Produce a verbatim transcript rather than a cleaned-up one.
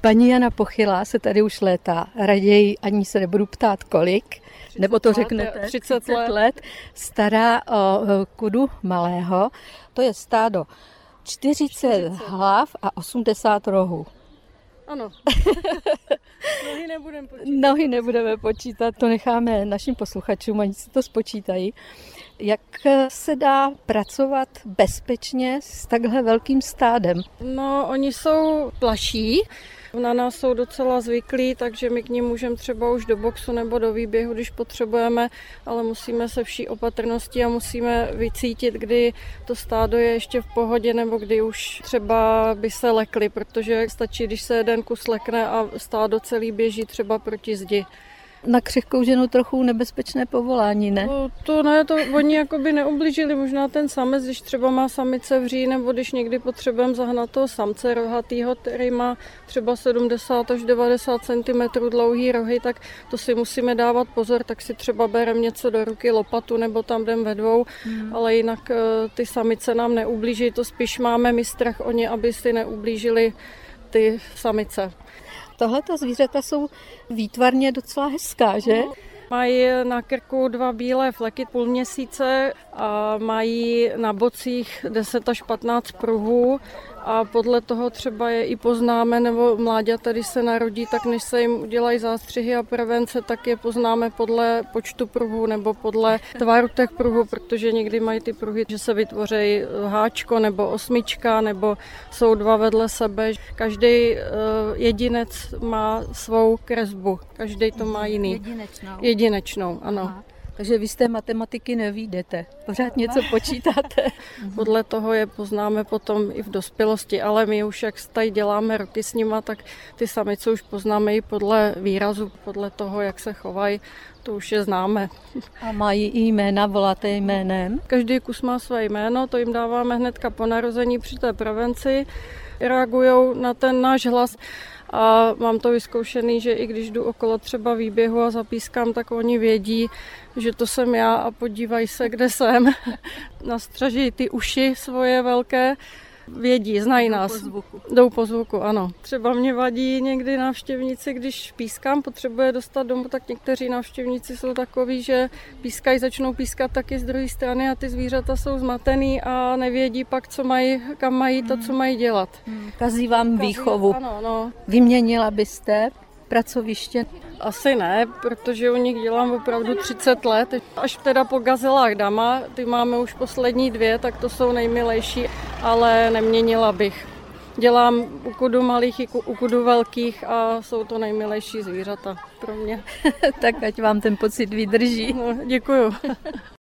Paní Jana Pochyla se tady už létá. Raději ani se nebudu ptát kolik, nebo to řeknete, třicet let. let, stará o kudu malého. To je stádo čtyřicet hlav a osmdesát rohů. Ano. Nohy nebudeme počítat. Nohy nebudeme počítat, to necháme našim posluchačům, ani si to spočítají. Jak se dá pracovat bezpečně s takhle velkým stádem? No, oni jsou plaší, na nás jsou docela zvyklí, takže my k nim můžeme třeba už do boxu nebo do výběhu, když potřebujeme, ale musíme se vší opatrností a musíme vycítit, kdy to stádo je ještě v pohodě nebo kdy už třeba by se lekli, protože stačí, když se jeden kus lekne a stádo celý běží třeba proti zdi. Na křehkou ženu trochu nebezpečné povolání, ne? To, to ne, to oni jakoby neublížili, možná ten samec, když třeba má samice v říji, nebo když někdy potřebujeme zahnat toho samce rohatýho, který má třeba sedmdesát až devadesát centimetrů dlouhý rohy, tak to si musíme dávat pozor, tak si třeba bereme něco do ruky, lopatu, nebo tam jdem ve dvou, hmm. ale jinak ty samice nám neublíží, to spíš máme my strach o ně, aby si neublížili ty samice. Tohleto zvířata jsou výtvarně docela hezká, že? Mají na krku dva bílé fleky půl měsíce a mají na bocích deset až patnáct pruhů a podle toho třeba je i poznáme, nebo mláďata, když se narodí, tak než se jim udělají zástřihy a prevence, tak je poznáme podle počtu pruhů nebo podle tvaru těch pruhů, protože někdy mají ty pruhy, že se vytvoří háčko nebo osmička, nebo jsou dva vedle sebe. Každý jedinec má svou kresbu, každý to má jiný. Jedinečnou. Jedinečnou, ano. Aha. Takže vy z té matematiky nevyjdete, pořád něco počítáte. Podle toho je poznáme potom i v dospělosti, ale my už jak tady děláme roky s nima, tak ty samice už poznáme i podle výrazu, podle toho, jak se chovají, to už je známe. A mají i jména, voláte jménem? Každý kus má své jméno, to jim dáváme hnedka po narození při té prevenci. Reagují na ten náš hlas. A mám to vyzkoušený, že i když jdu okolo třeba výběhu a zapískám, tak oni vědí, že to jsem já a podívají se, kde jsem. Nastřaží ty uši svoje velké, vědí, znají nás. Jdou po zvuku. Jdou po zvuku, ano. Třeba mě vadí někdy návštěvníci, když pískám, potřebuje dostat domů, tak někteří návštěvníci jsou takoví, že pískají, začnou pískat taky z druhé strany a ty zvířata jsou zmatený a nevědí pak, co mají, kam mají to, co mají dělat. Kazí vám Kazí, výchovu. Ano, no. Vyměnila byste pracoviště? Asi ne, protože u nich dělám opravdu třicet let. Až teda po gazelách dama, ty máme už poslední dvě, tak to jsou nejmilejší, ale neměnila bych. Dělám u kudu malých i u kudu velkých a jsou to nejmilejší zvířata pro mě. Tak ať vám ten pocit vydrží. No, děkuju.